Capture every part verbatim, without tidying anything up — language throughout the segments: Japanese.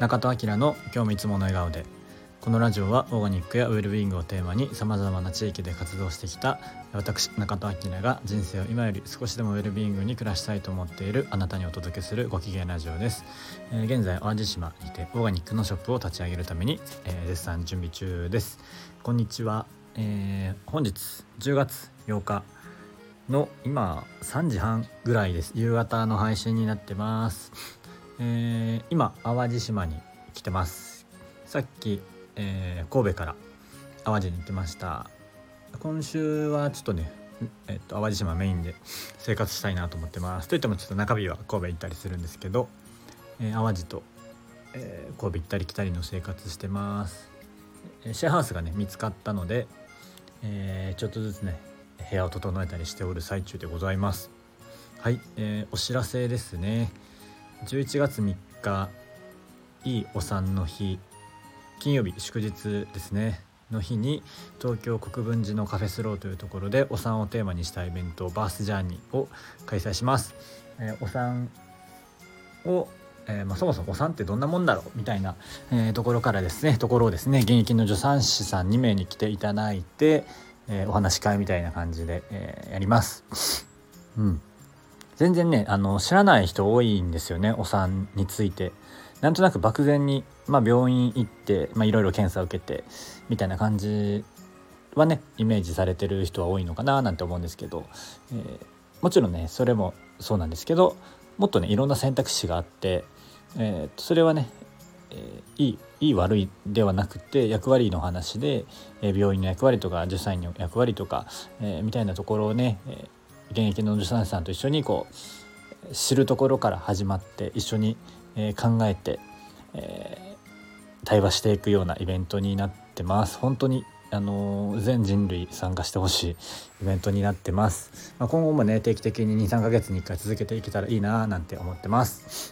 中戸明の今日もいつもの笑顔で。このラジオはオーガニックやウェルビーイングをテーマにさまざまな地域で活動してきた私中戸明が人生を今より少しでもウェルビーイングに暮らしたいと思っているあなたにお届けするご機嫌ラジオです。えー、現在淡路島にてオーガニックのショップを立ち上げるために、えー、絶賛準備中です。こんにちは。えー、本日じゅうがつようかの今さんじはんぐらいです。夕方の配信になってます。えー、今淡路島に来てます。さっきえー、神戸から淡路に行ってました。今週はちょっとね、えっと、淡路島メインで生活したいなと思ってます。といってもちょっと中日は神戸行ったりするんですけど、えー、淡路と、えー、神戸行ったり来たりの生活してます。シェアハウスがね見つかったので、えー、ちょっとずつね部屋を整えたりしておる最中でございます。はい、えー、お知らせですね。じゅういちがつみっかいいお産の日、金曜日祝日ですねの日に東京国分寺のカフェスローというところでお産をテーマにしたイベントバースジャーニーを開催します。えー、お産を、えーまあ、そもそもお産ってどんなもんだろうみたいな、えー、ところからですねところをですね現役の助産師さんにめいに来ていただいて、えー、お話し会みたいな感じで、えー、やります。うん、全然ねあの知らない人多いんですよね。お産についてなんとなく漠然に、まあ、病院行っていろいろ検査を受けてみたいな感じはねイメージされてる人は多いのかななんて思うんですけど、えー、もちろんねそれもそうなんですけどもっとねいろんな選択肢があって、えー、それはね、えー、いい、いい悪いではなくて役割の話で、えー、病院の役割とか助産院の役割とか、えー、みたいなところをね、えー、現役の助産師さんと一緒にこう知るところから始まって一緒にえー、考えて、えー、対話していくようなイベントになってます。本当に、あのー、全人類参加してほしいイベントになってます。まあ、今後もね定期的に にさんかげつにいっかい続けていけたらいいななんて思ってます。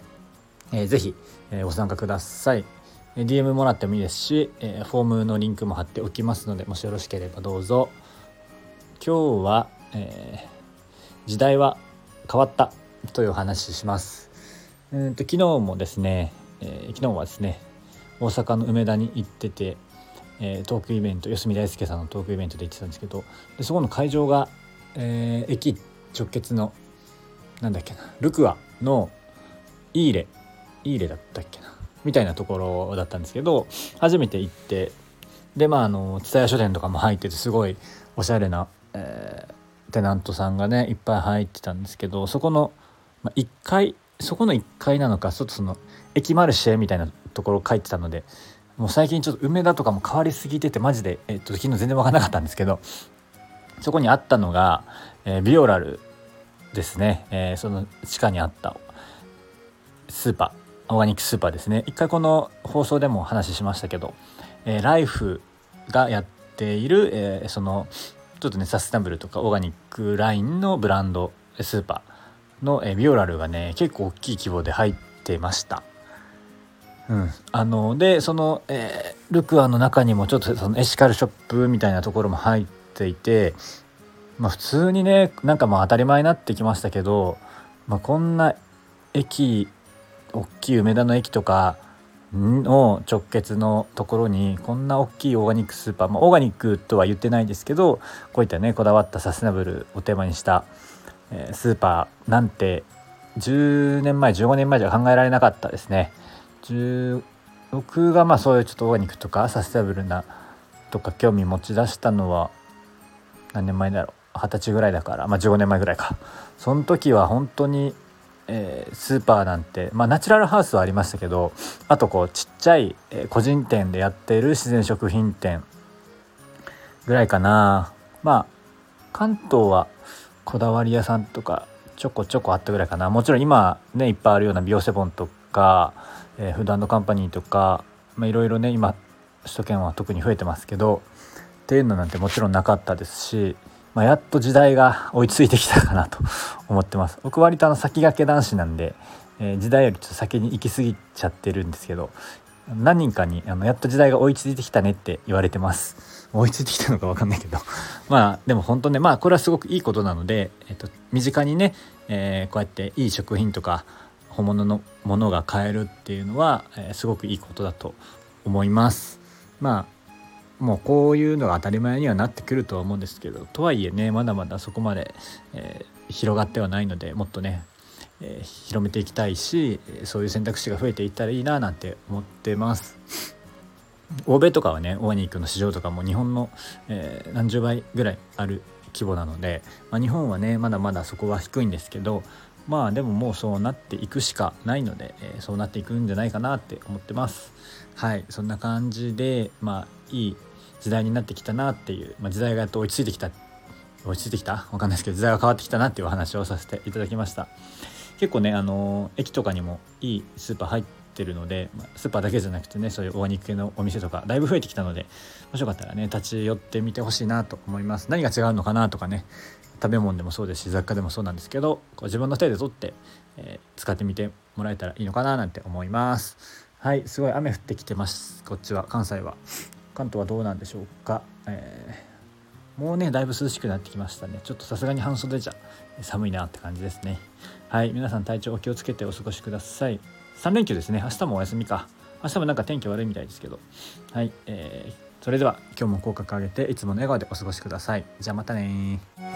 えー、ぜひ、えー、ご参加ください。 ディーエム もらってもいいですし、えー、フォームのリンクも貼っておきますのでもしよろしければどうぞ。今日は、えー、時代は変わったという話します。うんと昨日もですね、えー、昨日はですね大阪の梅田に行ってて、えー、トークイベント吉見大輔さんのトークイベントで行ってたんですけど、でそこの会場が、えー、駅直結のなんだっけなルクアのイーレイーレだったっけなみたいなところだったんですけど、初めて行ってでまああの蔦屋書店とかも入っててすごいおしゃれな、えー、テナントさんがねいっぱい入ってたんですけど、そこの、まあ、いっかいそこのいっかいなのかちょっとその駅マルシェみたいなところ書いてたのでもう最近ちょっと梅田とかも変わりすぎててマジで、えっと、昨日全然分からなかったんですけど、そこにあったのが、えー、ビオラルですね、えー、その地下にあったスーパーオーガニックスーパーですね。一回この放送でも話しましたけど、えー、ライフがやっている、えー、そのちょっとねサステナブルとかオーガニックラインのブランドスーパーのえビオラルがね結構大きい規模で入ってました。うん、あのでその、えー、ルクアの中にもちょっとそのエシカルショップみたいなところも入っていて、まあ、普通にねなんかまあ当たり前になってきましたけど、まあ、こんな駅大きい梅田の駅とかの直結のところにこんな大きいオーガニックスーパー、まあ、オーガニックとは言ってないですけどこういったねこだわったサステナブルをテーマにしたスーパーなんてじゅうねんまえじゅうごねんまえじゃ考えられなかったですね。僕がまあそういうちょっとオーガニックとかサステナブルなとか興味持ち出したのは何年前だろうはたちぐらいだから、まあ、じゅうごねんまえぐらいか。その時は本当に、えー、スーパーなんて、まあ、ナチュラルハウスはありましたけどあとこうちっちゃい、えー、個人店でやっている自然食品店ぐらいかな。まあ関東はこだわり屋さんとかちょこちょこあったぐらいかな。もちろん今ねいっぱいあるようなビオセボンとか、えー、フード&カンパニーとかいろいろね今首都圏は特に増えてますけどっていうのなんてもちろんなかったですし、まあ、やっと時代が追いついてきたかなと思ってます。僕割とあの先駆け男子なんで、えー、時代よりちょっと先に行き過ぎちゃってるんですけど何人かにあのやっと時代が追いついてきたねって言われてます。追いついてきたのか分かんないけどまあでも本当ねまあこれはすごくいいことなので、えっと、身近にね、えー、こうやっていい食品とか本物のものが買えるっていうのは、えー、すごくいいことだと思います。まあもうこういうのが当たり前にはなってくるとは思うんですけど、とはいえねまだまだそこまで、えー、広がってはないので、もっとね、えー、広めていきたいし、そういう選択肢が増えていったらいいななんて思ってます。欧米とかはねオーガニックの市場とかも日本の、えー、何十倍ぐらいある規模なので、まあ、日本はねまだまだそこは低いんですけど、まあでももうそうなっていくしかないので、えー、そうなっていくんじゃないかなって思ってます。はい、そんな感じでまあいい時代になってきたなっていう、まあ、時代がやっと落ち着いてきた落ち着いてきたわかんないですけど、時代が変わってきたなっていうお話をさせていただきました。結構ねあのー、駅とかにもいいスーパー入ってるので、まあ、スーパーだけじゃなくてねそういうオーガニック系のお店とかだいぶ増えてきたので、もしよかったらね立ち寄ってみてほしいなと思います。何が違うのかなとかね、食べ物でもそうですし雑貨でもそうなんですけど、こう自分の手で取って、えー、使ってみてもらえたらいいのかななんて思います。はい、すごい雨降ってきてます。こっちは関西は。関東はどうなんでしょうか。えー、もうねだいぶ涼しくなってきましたね。ちょっとさすがに半袖じゃ寒いなって感じですね。はい、皆さん体調お気をつけてお過ごしください。さん連休ですね。明日もお休みか。明日もなんか天気悪いみたいですけど、はい、えー、それでは今日も口角上げていつもの笑顔でお過ごしください。じゃあまたね。